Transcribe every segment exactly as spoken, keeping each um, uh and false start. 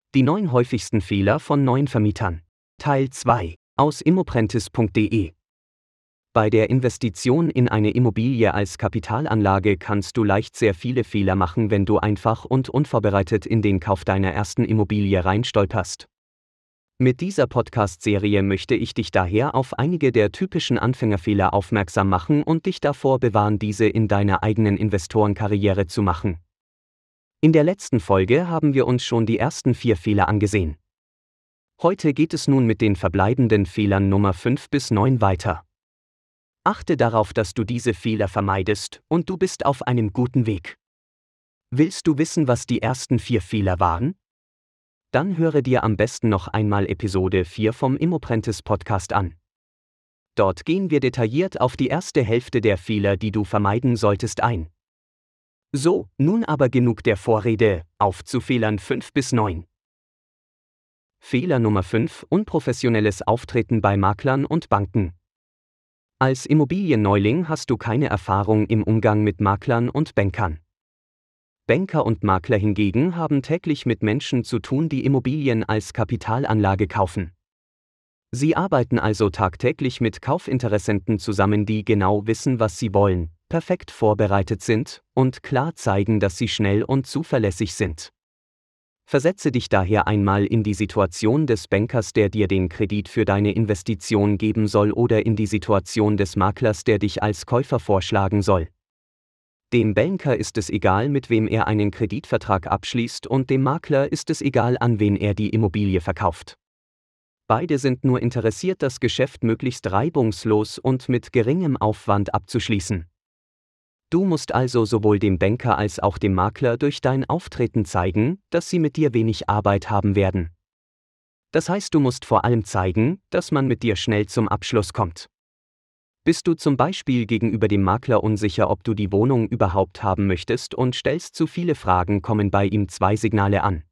Die neun häufigsten Fehler von neuen Vermietern. Teil zwei aus immoprentis punkt de. Bei der Investition in eine Immobilie als Kapitalanlage kannst du leicht sehr viele Fehler machen, wenn du einfach und unvorbereitet in den Kauf deiner ersten Immobilie reinstolperst. Mit dieser Podcast-Serie möchte ich dich daher auf einige der typischen Anfängerfehler aufmerksam machen und dich davor bewahren, diese in deiner eigenen Investorenkarriere zu machen. In der letzten Folge haben wir uns schon die ersten vier Fehler angesehen. Heute geht es nun mit den verbleibenden Fehlern Nummer fünf bis neun weiter. Achte darauf, dass du diese Fehler vermeidest, und du bist auf einem guten Weg. Willst du wissen, was die ersten vier Fehler waren? Dann höre dir am besten noch einmal Episode vier vom Immoprentis Podcast an. Dort gehen wir detailliert auf die erste Hälfte der Fehler, die du vermeiden solltest, ein. So, nun aber genug der Vorrede, auf zu Fehlern fünf bis neun. Fehler Nummer fünf: Unprofessionelles Auftreten bei Maklern und Banken. Als Immobilienneuling hast du keine Erfahrung im Umgang mit Maklern und Bankern. Banker und Makler hingegen haben täglich mit Menschen zu tun, die Immobilien als Kapitalanlage kaufen. Sie arbeiten also tagtäglich mit Kaufinteressenten zusammen, die genau wissen, was sie wollen, perfekt vorbereitet sind und klar zeigen, dass sie schnell und zuverlässig sind. Versetze dich daher einmal in die Situation des Bankers, der dir den Kredit für deine Investition geben soll, oder in die Situation des Maklers, der dich als Käufer vorschlagen soll. Dem Banker ist es egal, mit wem er einen Kreditvertrag abschließt, und dem Makler ist es egal, an wen er die Immobilie verkauft. Beide sind nur interessiert, das Geschäft möglichst reibungslos und mit geringem Aufwand abzuschließen. Du musst also sowohl dem Banker als auch dem Makler durch dein Auftreten zeigen, dass sie mit dir wenig Arbeit haben werden. Das heißt, du musst vor allem zeigen, dass man mit dir schnell zum Abschluss kommt. Bist du zum Beispiel gegenüber dem Makler unsicher, ob du die Wohnung überhaupt haben möchtest, und stellst zu viele Fragen, kommen bei ihm zwei Signale an.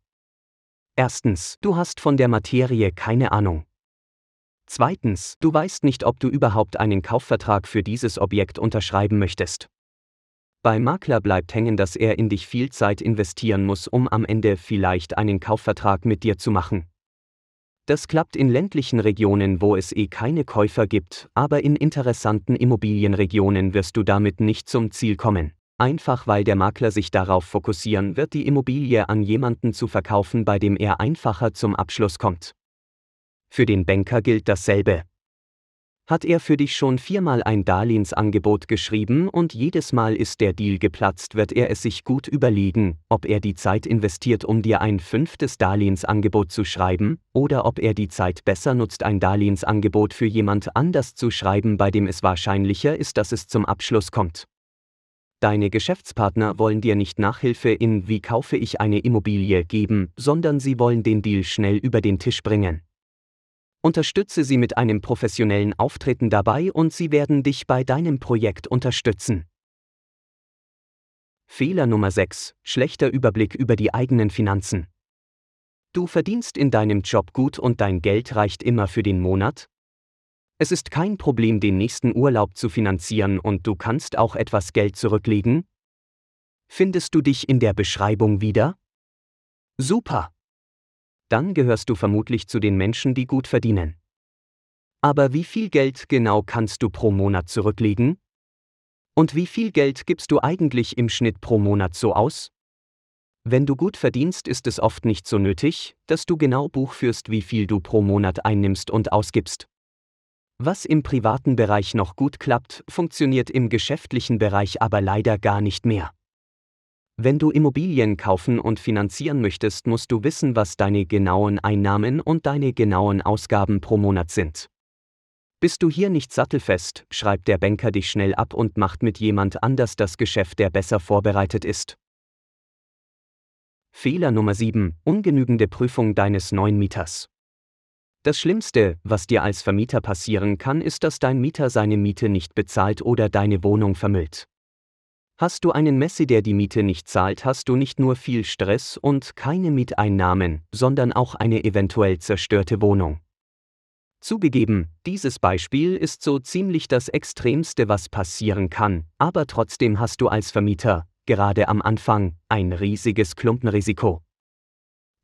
Erstens, du hast von der Materie keine Ahnung. Zweitens, du weißt nicht, ob du überhaupt einen Kaufvertrag für dieses Objekt unterschreiben möchtest. Beim Makler bleibt hängen, dass er in dich viel Zeit investieren muss, um am Ende vielleicht einen Kaufvertrag mit dir zu machen. Das klappt in ländlichen Regionen, wo es eh keine Käufer gibt, aber in interessanten Immobilienregionen wirst du damit nicht zum Ziel kommen. Einfach weil der Makler sich darauf fokussieren wird, die Immobilie an jemanden zu verkaufen, bei dem er einfacher zum Abschluss kommt. Für den Banker gilt dasselbe. Hat er für dich schon viermal ein Darlehensangebot geschrieben und jedes Mal ist der Deal geplatzt, wird er es sich gut überlegen, ob er die Zeit investiert, um dir ein fünftes Darlehensangebot zu schreiben, oder ob er die Zeit besser nutzt, ein Darlehensangebot für jemand anders zu schreiben, bei dem es wahrscheinlicher ist, dass es zum Abschluss kommt. Deine Geschäftspartner wollen dir nicht Nachhilfe in "Wie kaufe ich eine Immobilie" geben, sondern sie wollen den Deal schnell über den Tisch bringen. Unterstütze sie mit einem professionellen Auftreten dabei und sie werden dich bei deinem Projekt unterstützen. Fehler Nummer sechs: Schlechter Überblick über die eigenen Finanzen. Du verdienst in deinem Job gut und dein Geld reicht immer für den Monat? Es ist kein Problem, den nächsten Urlaub zu finanzieren, und du kannst auch etwas Geld zurücklegen? Findest du dich in der Beschreibung wieder? Super! Dann gehörst du vermutlich zu den Menschen, die gut verdienen. Aber wie viel Geld genau kannst du pro Monat zurücklegen? Und wie viel Geld gibst du eigentlich im Schnitt pro Monat so aus? Wenn du gut verdienst, ist es oft nicht so nötig, dass du genau Buch führst, wie viel du pro Monat einnimmst und ausgibst. Was im privaten Bereich noch gut klappt, funktioniert im geschäftlichen Bereich aber leider gar nicht mehr. Wenn du Immobilien kaufen und finanzieren möchtest, musst du wissen, was deine genauen Einnahmen und deine genauen Ausgaben pro Monat sind. Bist du hier nicht sattelfest, schreibt der Banker dich schnell ab und macht mit jemand anders das Geschäft, der besser vorbereitet ist. Fehler Nummer sieben: Ungenügende Prüfung deines neuen Mieters. Das Schlimmste, was dir als Vermieter passieren kann, ist, dass dein Mieter seine Miete nicht bezahlt oder deine Wohnung vermüllt. Hast du einen Messi, der die Miete nicht zahlt, hast du nicht nur viel Stress und keine Mieteinnahmen, sondern auch eine eventuell zerstörte Wohnung. Zugegeben, dieses Beispiel ist so ziemlich das Extremste, was passieren kann, aber trotzdem hast du als Vermieter, gerade am Anfang, ein riesiges Klumpenrisiko.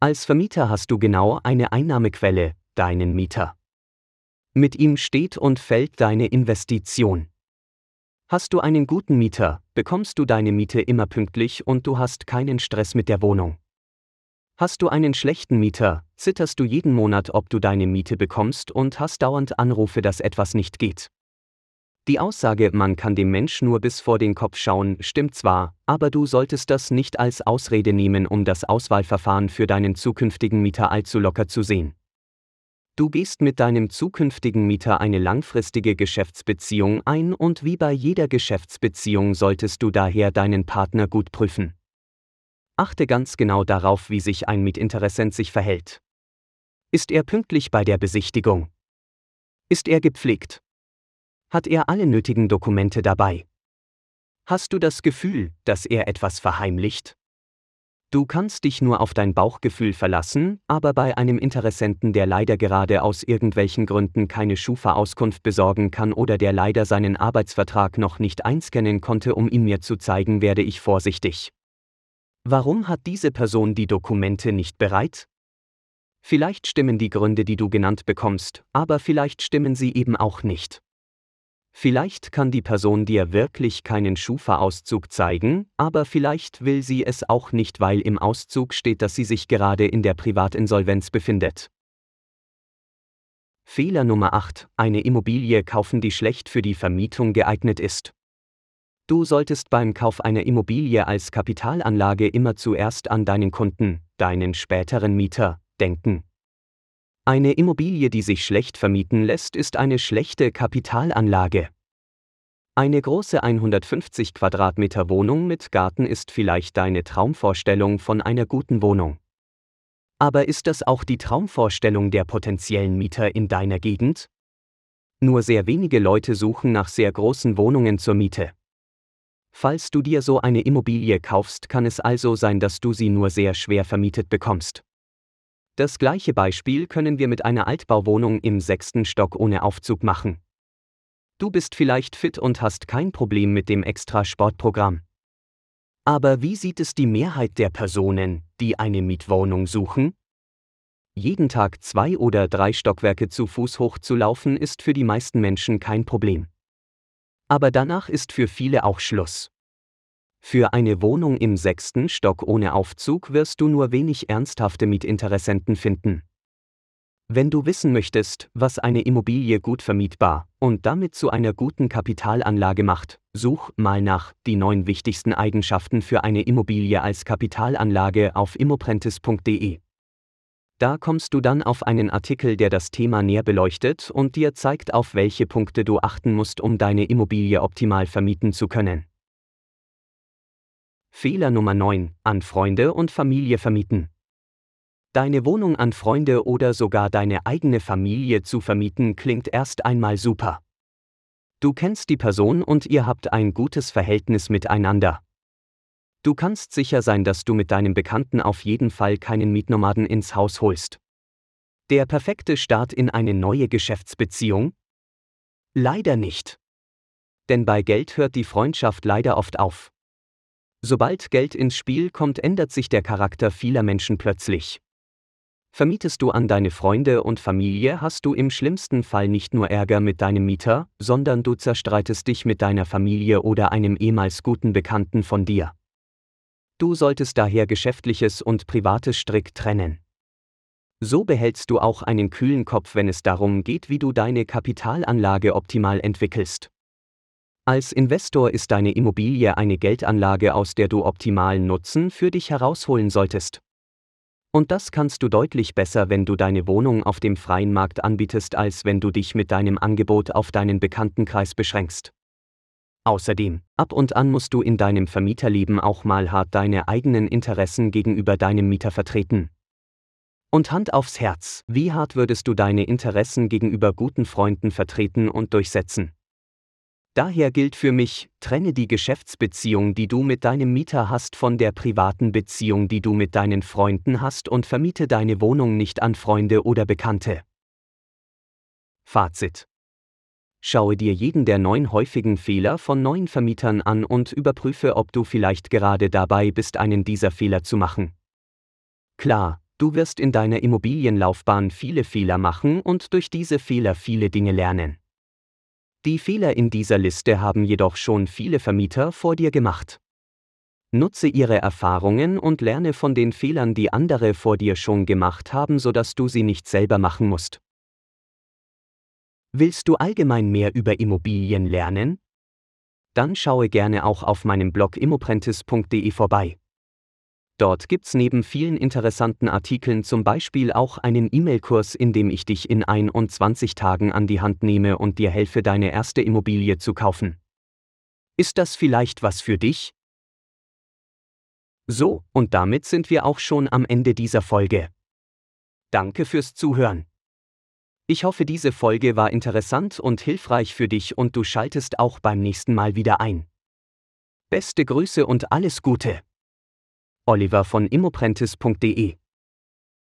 Als Vermieter hast du genau eine Einnahmequelle, deinen Mieter. Mit ihm steht und fällt deine Investition. Hast du einen guten Mieter, bekommst du deine Miete immer pünktlich und du hast keinen Stress mit der Wohnung. Hast du einen schlechten Mieter, zitterst du jeden Monat, ob du deine Miete bekommst und hast dauernd Anrufe, dass etwas nicht geht. Die Aussage, man kann dem Mensch nur bis vor den Kopf schauen, stimmt zwar, aber du solltest das nicht als Ausrede nehmen, um das Auswahlverfahren für deinen zukünftigen Mieter allzu locker zu sehen. Du gehst mit deinem zukünftigen Mieter eine langfristige Geschäftsbeziehung ein und wie bei jeder Geschäftsbeziehung solltest du daher deinen Partner gut prüfen. Achte ganz genau darauf, wie sich ein Mietinteressent sich verhält. Ist er pünktlich bei der Besichtigung? Ist er gepflegt? Hat er alle nötigen Dokumente dabei? Hast du das Gefühl, dass er etwas verheimlicht? Du kannst dich nur auf dein Bauchgefühl verlassen, aber bei einem Interessenten, der leider gerade aus irgendwelchen Gründen keine Schufa-Auskunft besorgen kann oder der leider seinen Arbeitsvertrag noch nicht einscannen konnte, um ihn mir zu zeigen, werde ich vorsichtig. Warum hat diese Person die Dokumente nicht bereit? Vielleicht stimmen die Gründe, die du genannt bekommst, aber vielleicht stimmen sie eben auch nicht. Vielleicht kann die Person dir wirklich keinen Schufa-Auszug zeigen, aber vielleicht will sie es auch nicht, weil im Auszug steht, dass sie sich gerade in der Privatinsolvenz befindet. Fehler Nummer acht: Eine Immobilie kaufen, die schlecht für die Vermietung geeignet ist. Du solltest beim Kauf einer Immobilie als Kapitalanlage immer zuerst an deinen Kunden, deinen späteren Mieter, denken. Eine Immobilie, die sich schlecht vermieten lässt, ist eine schlechte Kapitalanlage. Eine große hundertfünfzig Quadratmeter Wohnung mit Garten ist vielleicht deine Traumvorstellung von einer guten Wohnung. Aber ist das auch die Traumvorstellung der potenziellen Mieter in deiner Gegend? Nur sehr wenige Leute suchen nach sehr großen Wohnungen zur Miete. Falls du dir so eine Immobilie kaufst, kann es also sein, dass du sie nur sehr schwer vermietet bekommst. Das gleiche Beispiel können wir mit einer Altbauwohnung im sechsten Stock ohne Aufzug machen. Du bist vielleicht fit und hast kein Problem mit dem Extra-Sportprogramm. Aber wie sieht es die Mehrheit der Personen, die eine Mietwohnung suchen? Jeden Tag zwei oder drei Stockwerke zu Fuß hochzulaufen ist für die meisten Menschen kein Problem. Aber danach ist für viele auch Schluss. Für eine Wohnung im sechsten Stock ohne Aufzug wirst du nur wenig ernsthafte Mietinteressenten finden. Wenn du wissen möchtest, was eine Immobilie gut vermietbar und damit zu einer guten Kapitalanlage macht, such mal nach die neun wichtigsten Eigenschaften für eine Immobilie als Kapitalanlage auf immoprentis punkt de. Da kommst du dann auf einen Artikel, der das Thema näher beleuchtet und dir zeigt, auf welche Punkte du achten musst, um deine Immobilie optimal vermieten zu können. Fehler Nummer neun: An Freunde und Familie vermieten. Deine Wohnung an Freunde oder sogar deine eigene Familie zu vermieten, klingt erst einmal super. Du kennst die Person und ihr habt ein gutes Verhältnis miteinander. Du kannst sicher sein, dass du mit deinem Bekannten auf jeden Fall keinen Mietnomaden ins Haus holst. Der perfekte Start in eine neue Geschäftsbeziehung? Leider nicht. Denn bei Geld hört die Freundschaft leider oft auf. Sobald Geld ins Spiel kommt, ändert sich der Charakter vieler Menschen plötzlich. Vermietest du an deine Freunde und Familie, hast du im schlimmsten Fall nicht nur Ärger mit deinem Mieter, sondern du zerstreitest dich mit deiner Familie oder einem ehemals guten Bekannten von dir. Du solltest daher Geschäftliches und Privates strikt trennen. So behältst du auch einen kühlen Kopf, wenn es darum geht, wie du deine Kapitalanlage optimal entwickelst. Als Investor ist deine Immobilie eine Geldanlage, aus der du optimalen Nutzen für dich herausholen solltest. Und das kannst du deutlich besser, wenn du deine Wohnung auf dem freien Markt anbietest, als wenn du dich mit deinem Angebot auf deinen Bekanntenkreis beschränkst. Außerdem, ab und an musst du in deinem Vermieterleben auch mal hart deine eigenen Interessen gegenüber deinem Mieter vertreten. Und Hand aufs Herz, wie hart würdest du deine Interessen gegenüber guten Freunden vertreten und durchsetzen? Daher gilt für mich, trenne die Geschäftsbeziehung, die du mit deinem Mieter hast, von der privaten Beziehung, die du mit deinen Freunden hast, und vermiete deine Wohnung nicht an Freunde oder Bekannte. Fazit: Schaue dir jeden der neun häufigen Fehler von neuen Vermietern an und überprüfe, ob du vielleicht gerade dabei bist, einen dieser Fehler zu machen. Klar, Du wirst in deiner Immobilienlaufbahn viele Fehler machen und durch diese Fehler viele Dinge lernen. Die Fehler in dieser Liste haben jedoch schon viele Vermieter vor dir gemacht. Nutze ihre Erfahrungen und lerne von den Fehlern, die andere vor dir schon gemacht haben, sodass du sie nicht selber machen musst. Willst du allgemein mehr über Immobilien lernen? Dann schaue gerne auch auf meinem Blog immoprentis punkt de vorbei. Dort gibt's neben vielen interessanten Artikeln zum Beispiel auch einen E-Mail-Kurs, in dem ich dich in einundzwanzig Tagen an die Hand nehme und dir helfe, deine erste Immobilie zu kaufen. Ist das vielleicht was für dich? So, und damit sind wir auch schon am Ende dieser Folge. Danke fürs Zuhören. Ich hoffe, diese Folge war interessant und hilfreich für dich und du schaltest auch beim nächsten Mal wieder ein. Beste Grüße und alles Gute. Oliver von immoprentis punkt de